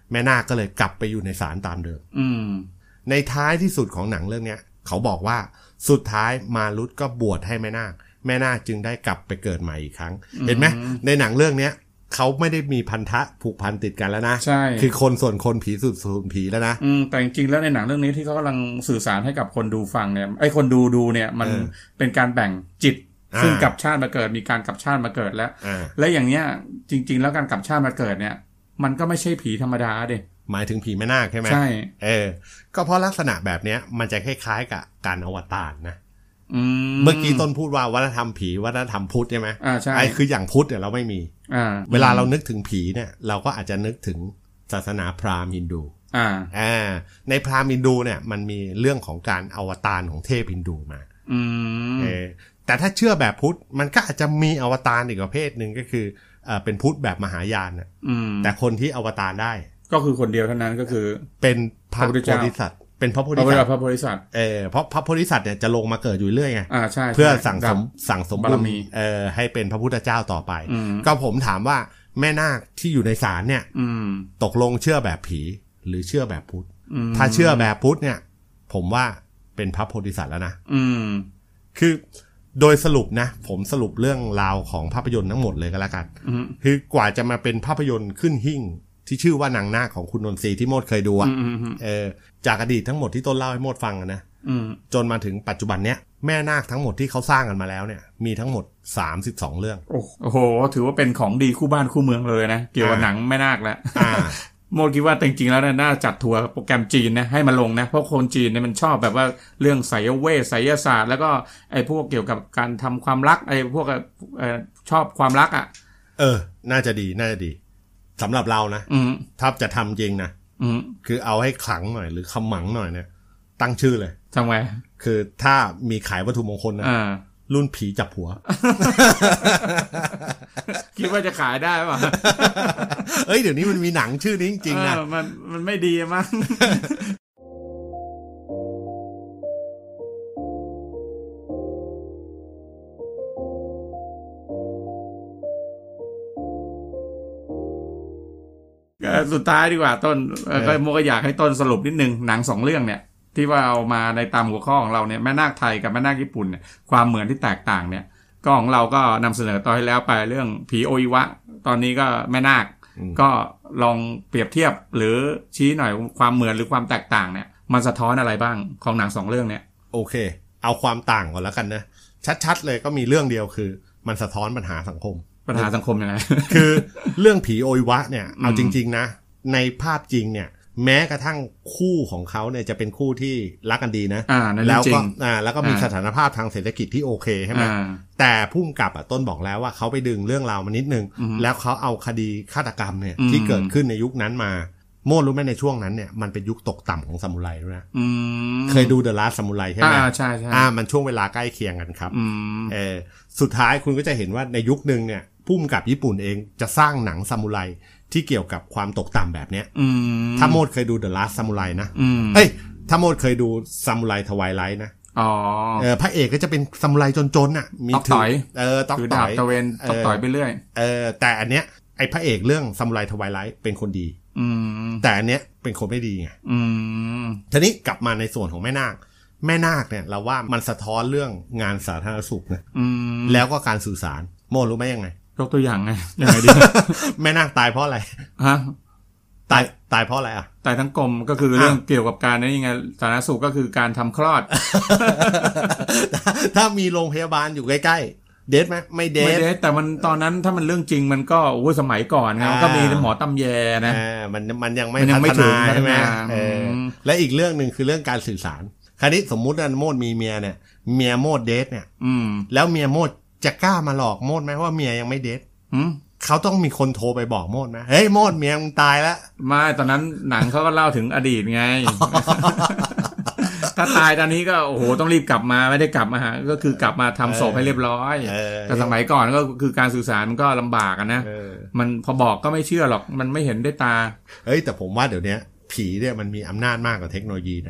แม่นาคก็เลยกลับไปอยู่ในศาลตามเดิมในท้ายที่สุดของหนังเรื่องนี้เขาบอกว่าสุดท้ายมารุธก็บวชให้แม่นาคแม่นาคจึงได้กลับไปเกิดใหม่อีกครั้งเห็นไหมในหนังเรื่องนี้เขาไม่ได้มีพันธะผูกพันติดกันแล้วนะใช่คือคนส่วนคนผีสุดส่วนผีแล้วนะอืมแต่จริงๆแล้วในหนังเรื่องนี้ที่เขากำลังสื่อสารให้กับคนดูฟังเนี่ยไอ้คนดูดูเนี่ยมันเป็นการแบ่งจิตซึ่งกลับชาติมาเกิดมีการกลับชาติมาเกิดแล้วและอย่างเนี้ยจริงๆแล้วการกลับชาติมาเกิดเนี่ยมันก็ไม่ใช่ผีธรรมดาเด้หมายถึงผีแม่นาคใช่ไหมใช่เออก็เพราะลักษณะแบบเนี้ยมันจะคล้ายๆกับการอวตารนะเมื่อกี้ต้นพูดว่าวัฒนธรรมผีวัฒนธรรมพุทธใช่ไหมอ่าใช่ไอ้คืออย่างพุทธเนี่ยเราไม่มีอ่าเวลาเรานึกถึงผีเนี่ยเราก็อาจจะนึกถึงศาสนาพราหมณ์ฮินดูอ่าอ่าในพราหมณ์ฮินดูเนี่ยมันมีเรื่องของการอวตารของเทพฮินดูมาอืมเออแต่ถ้าเชื่อแบบพุทธมันก็อาจจะมีอวตารอีกประเภทหนึ่งก็คือเอ่อเป็นพุทธแบบมหายานน่ะแต่คนที่อวตารได้ก็คือคนเดียวเท่านั้นก็คือเป็นพระโพธิสัตว์เป็นพระโพธิสัตว์พระโพธิสัตว์เออเพราะพระโพธิสัตว์เนี่ยจะลงมาเกิดอยู่เรื่อยไงอ่าใช่เพื่อสั่งสมสั่งสมบุญเอ่อให้เป็นพระพุทธเจ้าต่อไปก็ผมถามว่าแม่นาคที่อยู่ในศาลเนี่ยตกลงเชื่อแบบผีหรือเชื่อแบบพุทธถ้าเชื่อแบบพุทธเนี่ยผมว่าเป็นพระโพธิสัตว์แล้วนะคือโดยสรุปนะผมสรุปเรื่องราวของภาพยนตร์ทั้งหมดเลยก็แล้วกันคือกว่าจะมาเป็นภาพยนตร์ขึ้นหิ้งที่ชื่อว่านางนาคของคุณนนทรีที่โมดเคยดูอ่ะเออจากอดีตทั้งหมดที่ต้นเล่าให้โมดฟังนะจนมาถึงปัจจุบันเนี้ยแม่นาคทั้งหมดที่เขาสร้างกันมาแล้วเนี่ยมีทั้งหมดสามสิบสองเรื่องโอ้โหถือว่าเป็นของดีคู่บ้านคู่เมืองเลยนะเกี่ยวกับหนังแม่นาคแล้วโมดคิดว่าจริงๆแล้วน่าจัดทัวร์โปรแกรมจีนนะให้มาลงนะเพราะคนจีนเนี่ยมันชอบแบบว่าเรื่องไสยเวทไสยศาสตร์แล้วก็ไอ้พวกเกี่ยวกับการทำความรักไอ้พวกเอ่อชอบความรักอ่ะเออน่าจะดีน่าจะดีสำหรับเรานะถ้าจะทำจริงนะคือเอาให้ขลังหน่อยหรือขมังหน่อยเนี่ยตั้งชื่อเลยทำไมคือถ้ามีขายวัตถุมงคลนะรุ่นผีจับหัวคิดว่าจะขายได้ป่ะเอ้ยเดี๋ยวนี้มันมีหนังชื่อนี้จริงๆนะมันมันไม่ดีมั้งสุดท้ายดีกว่าต้นก็โมก็อยากให้ต้นสรุปนิดนึงหนังสองเรื่องเนี่ยที่ว่าเอามาในตามหัวข้อของเราเนี่ยแม่นาคไทยกับแม่นาคญี่ปุ่นเนี่ยความเหมือนที่แตกต่างเนี่ยก็ของเราก็นำเสนอตอนที่แล้วไปเรื่องผีโออิวะตอนนี้ก็แม่นาคก็ลองเปรียบเทียบหรือชี้หน่อยความเหมือนหรือความแตกต่างเนี่ยมันสะท้อนอะไรบ้างของหนังสองเรื่องเนี่ยโอเคเอาความต่างก่อนแล้วกันนะชัดๆเลยก็มีเรื่องเดียวคือมันสะท้อนปัญหาสังคมปัญหาสังคมยังไงคือเรื่องผีโอยวะเนี่ยเอาจริงๆนะในภาพจริงเนี่ยแม้กระทั่งคู่ของเขาเนี่ยจะเป็นคู่ที่รักกันดีนะแล้วก็อ่าแล้วก็มีสถานภาพทางเศรษฐกิจที่โอเคใช่ไหมแต่ผู้กำกับอ่ะต้นบอกแล้วว่าเขาไปดึงเรื่องราวมานิดนึงแล้วเขาเอาคดีฆาตกรรมเนี่ยที่เกิดขึ้นในยุคนั้นมาโม่รู้ไหมในช่วงนั้นเนี่ยมันเป็นยุคตกต่ำของซามูไรด้วยนะเคยดูเดอะลาสต์ซามูไรใช่ไหมอ่าใช่ใช่อ่ามันช่วงเวลาใกล้เคียงกันครับเออสุดท้ายคุณก็จะเห็นว่าในยุคนึงเนี่ยผู้กำกับญี่ปุ่นเองจะสร้างหนังซามูไรที่เกี่ยวกับความตกต่ำแบบเนี้ยถ้าโมดเคยดู The Last Samurai นะเอ้ยถ้าโมดเคยดู Samurai Twilight นะอ๋อเออพระเอกก็จะเป็นซามูไรจนๆน่ะมีถือเออตอกต่อยตะเวนตอกต่อยไปเรื่อยเออแต่อันเนี้ยไอ้พระเอกเรื่อง Samurai Twilight เป็นคนดีแต่อันเนี้ยเป็นคนไม่ดีไงทีนี้กลับมาในส่วนของแม่นาคแม่นาคเนี่ยเราว่ามันสะท้อนเรื่องงานสาธารณสุขนะแล้วก็การสื่อสารโมดรู้ไหมยังไงยกตัวอย่างไงยังไงดีแม่นาคตายเพราะอะไรฮะตายตายเพราะอะไรอ่ะตายทั้งกลมก็คือเรื่องเกี่ยวกับการนี่ไงสาธารณสุขก็คือการทำคลอดถ้ามีโรงพยาบาลอยู่ใกล้ๆเดทไหมไม่เดทไม่เดทแต่มันตอนนั้นถ้ามันเรื่องจริงมันก็โอ้สมัยก่อนไงมันก็มีหมอตำแยนะมันมันยังไม่พัฒนาใช่ไหมและอีกเรื่องนึงคือเรื่องการสื่อสารคราวนี้สมมุติว่าโมดมีเมียเนี่ยเมียโมดเดทเนี่ยแล้วเมียโมดจะกล้ามาหลอกโมดไหมว่าเมียยังไม่เดทเขาต้องมีคนโทรไปบอกโมดไหมเฮ้ยโมดเมียมึงตายแล้วไม่ตอนนั้นหนังเขาก็เล่าถึงอดีตไง ถ้าตายตอนนี้ก็โอ้โหต้องรีบกลับมาไม่ได้กลับมาหาก็คือกลับมาทำศพให้เรียบร้อยแต่สมัยก่อนก็คือการสื่อสารมันก็ลำบากนะมันพอบอกก็ไม่เชื่อหรอกมันไม่เห็นด้วยตาเฮ้ยแต่ผมว่าเดี๋ยวนี้ผีเนี่ยมันมีอำนาจมากกว่าเทคโนโลยีนะ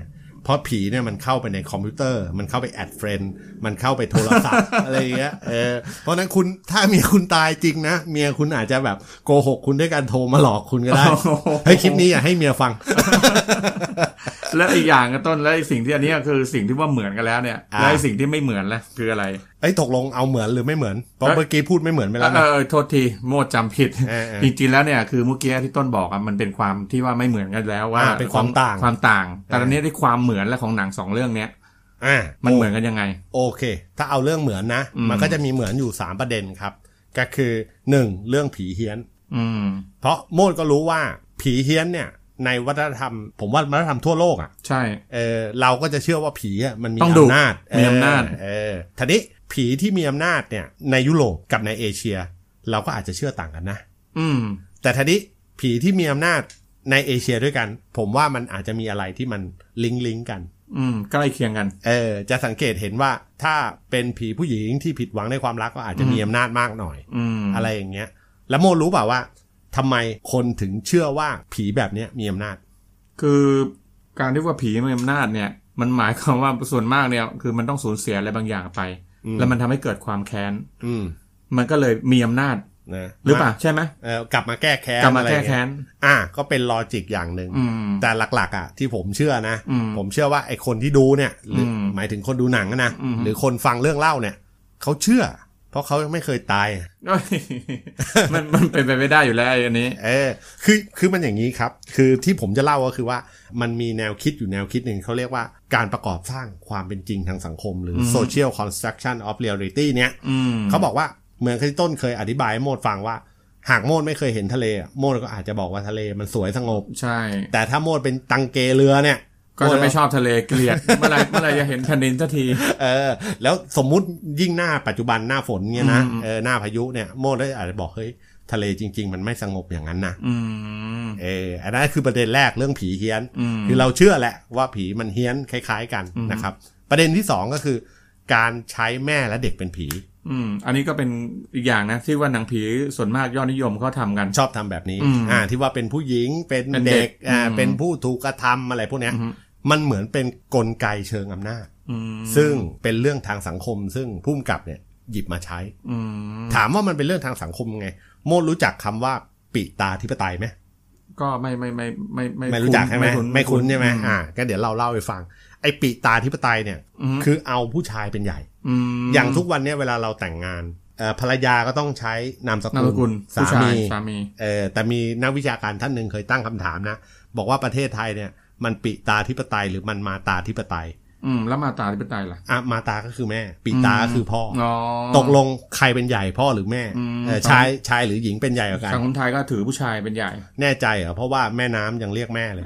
เพราะผีเนี่ยมันเข้าไปในคอมพิวเตอร์มันเข้าไปแอดเฟรนด์มันเข้าไปโทรศัพท์ อะไรอย่างเงี้ยเออเพราะนั้นคุณถ้าเมียคุณตายจริงนะเมียคุณอาจจะแบบโกหกคุณด้วยการโทรมาหลอกคุณก็ได้ ให้คลิปนี้อย่าให้เมียฟังแล้วอีกอย่างก็ต้นแล้วสิ่งที่อันนี้คือสิ่งที่ว่าเหมือนกันแล้วเนี่ยแล้วสิ่งที่ไม่เหมือนล่ะคืออะไรไอ้ตกลงเอาเหมือนหรือไม่เหมือนเพราะเมื่อกี้พูดไม่เหมือนไปแล้วนะเออโทษทีโมดจำผิดจริงๆแล้วเนี่ยคือเมื่อกี้ที่ต้นบอกอ่ะมันเป็นความที่ว่าไม่เหมือนกันแล้วว่าเป็นความต่างความต่างแต่อันนี้ที่ความเหมือนและของหนังสองเรื่องเนี้ยอ่ามันเหมือนกันยังไงโอเคถ้าเอาเรื่องเหมือนนะมันก็จะมีเหมือนอยู่สามประเด็นครับก็คือหนึ่งเรื่องผีเฮี้ยนอืมเพราะโมดก็รู้ว่าผีเฮี้ยนเนี่ยในวัฒนธรรมผมว่าวัฒนธรรมทั่วโลกอ่ะใช่เออเราก็จะเชื่อว่าผีอ่ะมันมีอำนาจมีอำนาจเออทีนี้ผีที่มีอำนาจเนี่ยในยุโรปกับในเอเชียเราก็อาจจะเชื่อต่างกันนะอืมแต่ทีนี้ผีที่มีอำนาจในเอเชียด้วยกันผมว่ามันอาจจะมีอะไรที่มันลิงก์ลิงก์กันอืมใกล้เคียงกันเออจะสังเกตเห็นว่าถ้าเป็นผีผู้หญิงที่ผิดหวังในความรักก็อาจจะมีอำนาจมากหน่อยอืมอะไรอย่างเงี้ยแล้วโมรู้เปล่าว่าทำไมคนถึงเชื่อว่าผีแบบนี้มีอำนาจคือการที่ว่าผีมีอำนาจเนี่ยมันหมายความว่าส่วนมากเนี่ยคือมันต้องสูญเสียอะไรบางอย่างไปแล้วมันทำให้เกิดความแค้นมันก็เลยมีอำนาจหรือเปล่าใช่ไหมเออกลับมาแก้แค้นกลับมาแก้แค้นอ่ะก็เป็นลอจิกอย่างหนึ่งแต่หลักๆอ่ะที่ผมเชื่อนะผมเชื่อว่าไอ้คนที่ดูเนี่ยหมายถึงคนดูหนังนะหรือคนฟังเรื่องเล่าเนี่ยเขาเชื่อเพราะเขาไม่เคยตายมันมันเป็นไปไม่ได้อยู่แล้วอันนี้เออคือคือมันอย่างนี้ครับคือที่ผมจะเล่าก็คือว่ามันมีแนวคิดอยู่แนวคิดหนึ่งเขาเรียกว่าการประกอบสร้างความเป็นจริงทางสังคมหรือ social construction of reality เนี่ยเขาบอกว่าเหมือนที่ต้นเคยอธิบายให้โมดฟังว่าหากโมดไม่เคยเห็นทะเลโมดก็อาจจะบอกว่าทะเลมันสวยสงบใช่แต่ถ้าโมดเป็นตังเกเรือเนี่ยก็จะไม่ชอบทะเลเกลียดเมื่อไรเมื่อไรจะเห็นแผ่นดินสักทีเออแล้วสมมุติยิ่งหน้าปัจจุบันหน้าฝนเงี้ยนะเออหน้าพายุเนี่ยโมดได้อาจจะบอกเฮ้ยทะเลจริงๆมันไม่สงบอย่างนั้นนะอืมเอออันนั้นคือประเด็นแรกเรื่องผีเฮี้ยนคือเราเชื่อแหละว่าผีมันเฮี้ยนคล้ายๆกันนะครับประเด็นที่สองก็คือการใช้แม่และเด็กเป็นผีอืมอันนี้ก็เป็นอีกอย่างนะที่ว่าหนังผีส่วนมากยอดนิยมเขาทำกันชอบทำแบบนี้อ่าที่ว่าเป็นผู้หญิงเป็นเด็กอ่าเป็นผู้ถูกกระทำอะไรพวกเนี้ยมันเหมือนเป็นกลไกเชิงอำนาจซึ่งเป็นเรื่องทางสังคมซึ่งผู้กำกับเนี่ยหยิบมาใช้ถามว่ามันเป็นเรื่องทางสังคมไงโมดรู้จักคำว่าปิตาธิปไตยไหมก็ไม่ไม่ไม่ไม่ไม่ไม่รู้จักใช่ไหมไม่คุ้นใช่ไหมอ่าก็เดี๋ยวเราเล่าให้ฟังไอ้ปิตาธิปไตยเนี่ยคือเอาผู้ชายเป็นใหญ่อย่างทุกวันนี้เวลาเราแต่งงานภรรยาก็ต้องใช้นามสกุลสามีสามีเออแต่มีนักวิชาการท่านหนึ่งเคยตั้งคำถามนะบอกว่าประเทศไทยเนี่ยมันปิตาธิปไตยหรือมันมาตาธิปไตยอืมแล้วมาตาธิปไตยล่ะอ่ะมาตาก็คือแม่ปิตาก็คือพ่อตกลงใครเป็นใหญ่พ่อหรือแม่เออชายชายหรือหญิงเป็นใหญ่กว่ากันสังคมไทยก็ถือผู้ชายเป็นใหญ่แน่ใจเหรอเพราะว่าแม่น้ำยังเรียกแม่เลย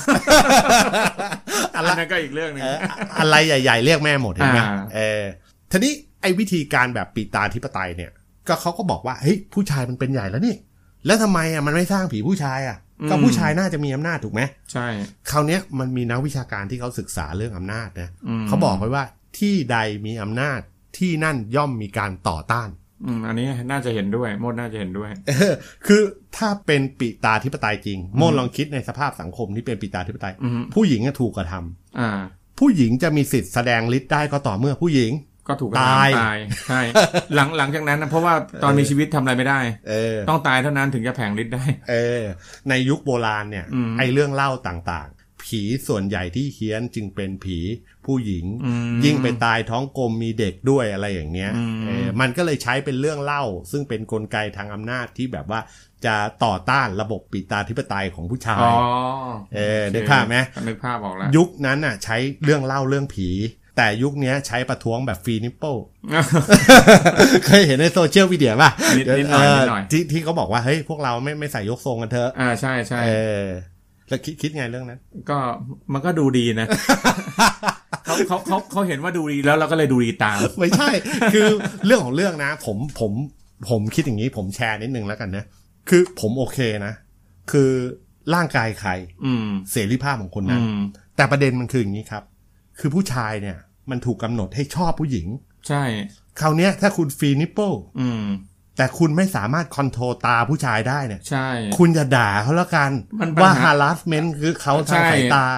อันนั้นก็อีกเรื่องนึงอะไรใหญ่ๆเรียกแม่หมดเห็นไหมเออทีนี้ไอ้วิธีการแบบปิตาธิปไตยเนี่ยก็เขาก็บอกว่าเฮ้ยผู้ชายมันเป็นใหญ่แล้วนี่แล้วทำไมอ่ะมันไม่สร้างผีผู้ชายอ่ะก็ผู้ชายน่าจะมีอำนาจถูกไหมใช่คราวนี้มันมีนักวิชาการที่เขาศึกษาเรื่องอำนาจนะเขาบอกไว้ว่าที่ใดมีอำนาจที่นั่นย่อมมีการต่อต้านอืมอันนี้น่าจะเห็นด้วยโมดน่าจะเห็นด้วยคือถ้าเป็นปิตาธิปไตยจริงโมดลองคิดในสภาพสังคมที่เป็นปิตาธิปไตยผู้หญิงถูกกระทำอ่าผู้หญิงจะมีสิทธิ์แสดงฤทธิ์ได้ก็ต่อเมื่อผู้หญิงก็ถูกตายตายใช่หลังหลังจากนั้นนะเพราะว่าตอนมีชีวิตทำอะไรไม่ได้เออต้องตายเท่านั้นถึงจะแผงฤทธิ์ได้เออในยุคโบราณเนี่ยไอ้เรื่องเล่าต่างๆผีส่วนใหญ่ที่เฮี้ยนจึงเป็นผีผู้หญิงยิ่งไปตายท้องกลมมีเด็กด้วยอะไรอย่างเงี้ยเออมันก็เลยใช้เป็นเรื่องเล่าซึ่งเป็นกลไกทางอำนาจที่แบบว่าจะต่อต้านระบบปิตาธิปไตยของผู้ชายอ๋อเออนึกภาพไหมนึกภาพออกแล้วยุคนั้นน่ะใช้เรื่องเล่าเรื่องผีแต่ยุคนี้ใช้ประท้วงแบบฟรีนิปเปิลเคยเห็นในโซเชียลมีเดียป่ะนิดหน่อยนิดหน่อยที่ที่เขาบอกว่าเฮ้ยพวกเราไม่ไม่ใส่ยกทรงกันเถอะอ่าใช่ใช่เออแล้วคิดคิดไงเรื่องนั้นก็มันก็ดูดีนะเขาเขาเขาเขาเห็นว่าดูดีแล้วเราก็เลยดูดีตามไม่ใช่คือเรื่องของเรื่องนะผมผมผมคิดอย่างนี้ผมแชร์นิดนึงแล้วกันนะคือผมโอเคนะคือร่างกายใครเสรีภาพของคนนั้นแต่ประเด็นมันคืออย่างนี้ครับคือผู้ชายเนี่ยมันถูกกำหนดให้ชอบผู้หญิงใช่คราวนี้ถ้าคุณฟรีนิปเปิลแต่คุณไม่สามารถคอนโทรลตาผู้ชายได้เนี่ยใช่คุณจะด่าเขาแล้วกันว่า harassment คือเขาทางสายตา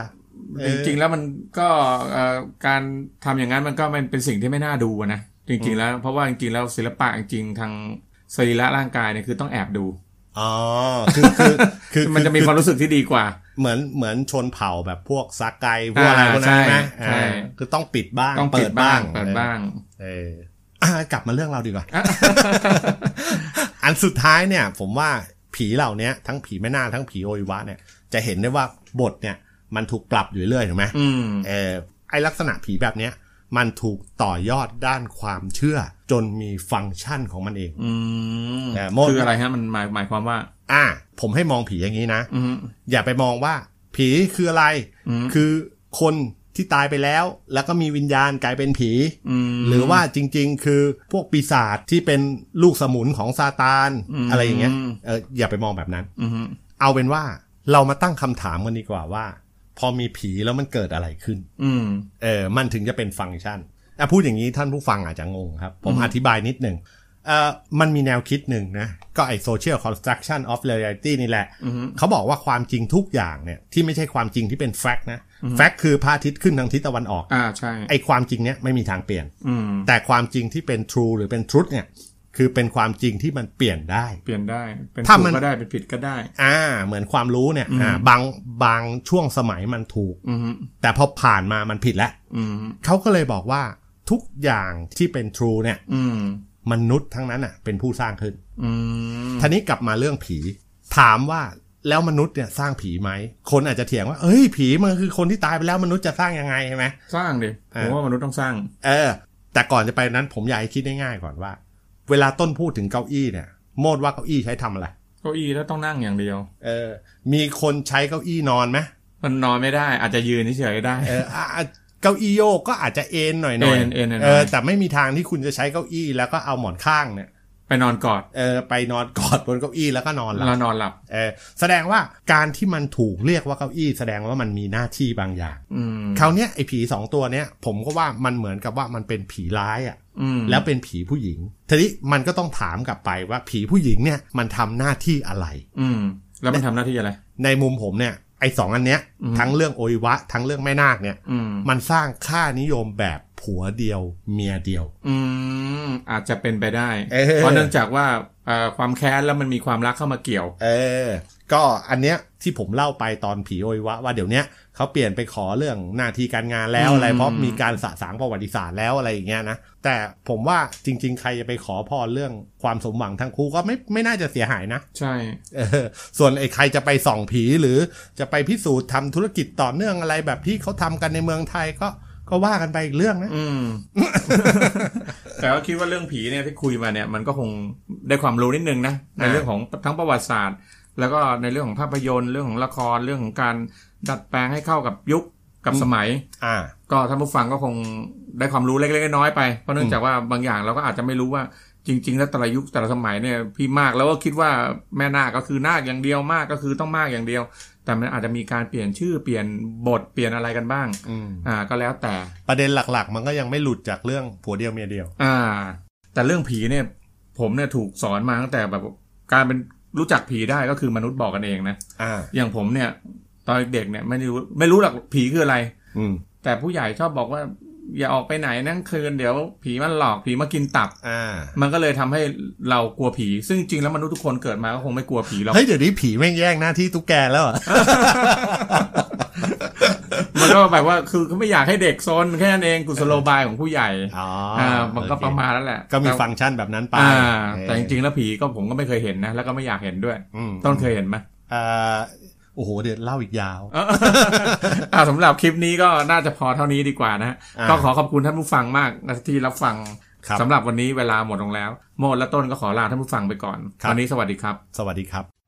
จริงๆแล้วมันก็การทำอย่างนั้นมันก็เป็นสิ่งที่ไม่น่าดูนะจริงๆแล้วเพราะว่าจริงๆแล้วศิลปะจริงๆทางสรีระร่างกายเนี่ยคือต้องแอบดูอ๋อคือคือคือมันจะมีความรู้สึกที่ดีกว่าเหมือนเหมือนชนเผ่าแบบพวกซาไกพวกอะไรพวกนั้นนะใช่คือต้องปิดบ้างเปิดบ้างเปิดบ้างเออกลับมาเรื่องเราดีกว่า อันสุดท้ายเนี่ยผมว่าผีเหล่านี้ทั้งผีแม่นาคทั้งผีโออิวะเนี่ยจะเห็นได้ว่าบทเนี่ยมันถูกปรับอยู่เรื่อยถูกไหมเออไอลักษณะผีแบบเนี้ยมันถูกต่อยอดด้านความเชื่อจนมีฟังก์ชันของมันเองอืมคืออะไรฮะมันหมายหมายความว่าอ่าผมให้มองผีอย่างนี้นะอย่าไปมองว่าผีคืออะไรคือคนที่ตายไปแล้วแล้วก็มีวิญญาณกลายเป็นผีหรือว่าจริงๆคือพวกปีศาจที่เป็นลูกสมุนของซาตาน อ, อะไรอย่างเงี้ยเอออย่าไปมองแบบนั้นเอาเป็นว่าเรามาตั้งคำถามกันดีกว่าว่าพอมีผีแล้วมันเกิดอะไรขึ้นเออมันถึงจะเป็นฟังก์ชันอ่ะพูดอย่างนี้ท่านผู้ฟังอาจจะงงครับผมอธิบายนิดหนึ่งเอ่อมันมีแนวคิดหนึ่งนะก็ไอ้ social construction of reality นี่แหละเขาบอกว่าความจริงทุกอย่างเนี่ยที่ไม่ใช่ความจริงที่เป็น fact นะ fact คือพระอาทิตย์ขึ้นทางทิศตะวันออกอ่าใช่ไอ้ความจริงเนี้ยไม่มีทางเปลี่ยนแต่ความจริงที่เป็น true หรือเป็น truth เนี่ยคือเป็นความจริงที่มันเปลี่ยนได้เปลี่ยนได้เป็นถูกก็ได้เป็นผิดก็ได้อ่าเหมือนความรู้เนี่ยอ่าบางบางช่วงสมัยมันถูกแต่พอผ่านมามันผิดแล้วเขาก็เลยบอกว่าทุกอย่างที่เป็น true เนี่ยมนุษย์ทั้งนั้นอ่ะเป็นผู้สร้างขึ้นทีนี้กลับมาเรื่องผีถามว่าแล้วมนุษย์เนี่ยสร้างผีไหมคนอาจจะเถียงว่าเอ้ยผีมันคือคนที่ตายไปแล้วมนุษย์จะสร้างยังไงใช่ไหมสร้างดิผมว่ามนุษย์ต้องสร้างเออแต่ก่อนจะไปนั้นผมอยากให้คิดง่ายๆก่อนว่าเวลาต้นพูดถึงเก้าอี้เนี่ยโมดว่าเก้าอี้ใช้ทำอะไรเก้าอี้แล้วต้องนั่งอย่างเดียวเออมีคนใช้เก้าอี้นอนไหมมันนอนไม่ได้อาจจะยืนเฉยๆได้เออเก้าอี้โยกก็อาจจะเอนหน่อยๆเอนๆเออแต่ไม่มีทางที่คุณจะใช้เก้าอี้แล้วก็เอาหมอนข้างเนี่ยไปนอนกอดเออไปนอนกอดบนเก้าอี้แล้วก็นอนหลับแล้วนอนหลับเออแสดงว่าการที่มันถูกเรียกว่าเก้าอี้แสดงว่ามันมีหน้าที่บางอย่างคราวเนี้ยไอ้ผีสองตัวเนี้ยผมก็ว่ามันเหมือนกับว่ามันเป็นผีร้ายอ่ะแล้วเป็นผีผู้หญิงทีนี้มันก็ต้องถามกลับไปว่าผีผู้หญิงเนี่ยมันทำหน้าที่อะไรอืมแล้วมันทำหน้าที่อะไรในมุมผมเนี่ยไอ้สองอันเนี้ยทั้งเรื่องโออิวะทั้งเรื่องแม่นาคเนี่ยมันสร้างค่านิยมแบบผัวเดียวเมียเดียวอืมอาจจะเป็นไปได้เพราะเนื่องจากว่าความแค้นแล้วมันมีความรักเข้ามาเกี่ยวเออก็อันเนี้ยที่ผมเล่าไปตอนผีโออิวะว่าเดี๋ยวนี้เขาเปลี่ยนไปขอเรื่องหน้าที่การงานแล้วอะไรเพราะมีการสะสางประวัติศาสตร์แล้วอะไรอย่างเงี้ยนะแต่ผมว่าจริงๆใครจะไปขอพรเรื่องความสมหวังทั้งคู่ก็ไม่ไม่น่าจะเสียหายนะใช่เออส่วนไอ้ใครจะไปส่องผีหรือจะไปพิสูจน์ทำธุรกิจต่อเนื่องอะไรแบบที่เขาทำกันในเมืองไทยก็ก็ว่ากันไปอีกเรื่องนะอืม แต่ก็คิดว่าเรื่องผีเนี่ยที่คุยมาเนี่ยมันก็คงได้ความรู้นิดนึงนะในเรื่องของทั้งประวัติศาสตร์แล้วก็ในเรื่องของภาพยนตร์เรื่องของละครเรื่องของการดัดแปลงให้เข้ากับยุคกับสมัยอ่าก็ท่านผู้ฟังก็คงได้ความรู้เล็กๆน้อยๆไปเพราะเนื่องจากว่าบางอย่างเราก็อาจจะไม่รู้ว่าจริงๆแล้วแต่ละยุคแต่ละสมัยเนี่ยพี่มากแล้วก็คิดว่าแม่นาคก็คือนาคอย่างเดียวมากก็คือต้องมากอย่างเดียวแต่มันอาจจะมีการเปลี่ยนชื่อเปลี่ยนบทเปลี่ยนอะไรกันบ้างอ่าก็แล้วแต่ประเด็นหลักๆมันก็ยังไม่หลุดจากเรื่องผัวเดียวเมียเดียวอ่าแต่เรื่องผีเนี่ยผมเนี่ยถูกสอนมาตั้งแต่แบบการเป็นรู้จักผีได้ก็คือมนุษย์บอกกันเองนะอ่าอย่างผมเนี่ยตอนเด็กเนี่ยไม่รู้ไม่รู้หรอกผีคืออะไรอืมแต่ผู้ใหญ่ชอบบอกว่าอย่าออกไปไหนนั่งคืนเดี๋ยวผีมันหลอกผีมากินตับอ่ามันก็เลยทำให้เรากลัวผีซึ่งจริงแล้วมนุษย์ทุกคนเกิดมาก็คงไม่กลัวผีหรอกเฮ้ยเดี๋ยวนี้ผีแม่งแย่งหน้าที่ตุ๊กแกแล้วอ่ะมันก็แบบว่าคือเขาไม่อยากให้เด็กซนแค่นั้นเองกุศโลบายของผู้ใหญ่อ๋ออ่ามันก็ประมาณนั้นแหละก็มีฟังก์ชันแบบนั้นไปแต่จริงๆแล้วผีก็ผมก็ไม่เคยเห็นนะแล้วก็ไม่อยากเห็นด้วยต้นเคยเห็นไหมอ่าโอ้โหเดี๋ยวเล่าอีกยาวอ่าสำหรับคลิปนี้ก็น่าจะพอเท่านี้ดีกว่านะก็ขอขอบคุณท่านผู้ฟังมากที่รับฟังสำหรับวันนี้เวลาหมดลงแล้วโมดและต้นก็ขอลาท่านผู้ฟังไปก่อนวันนี้สวัสดีครับสวัสดีครับ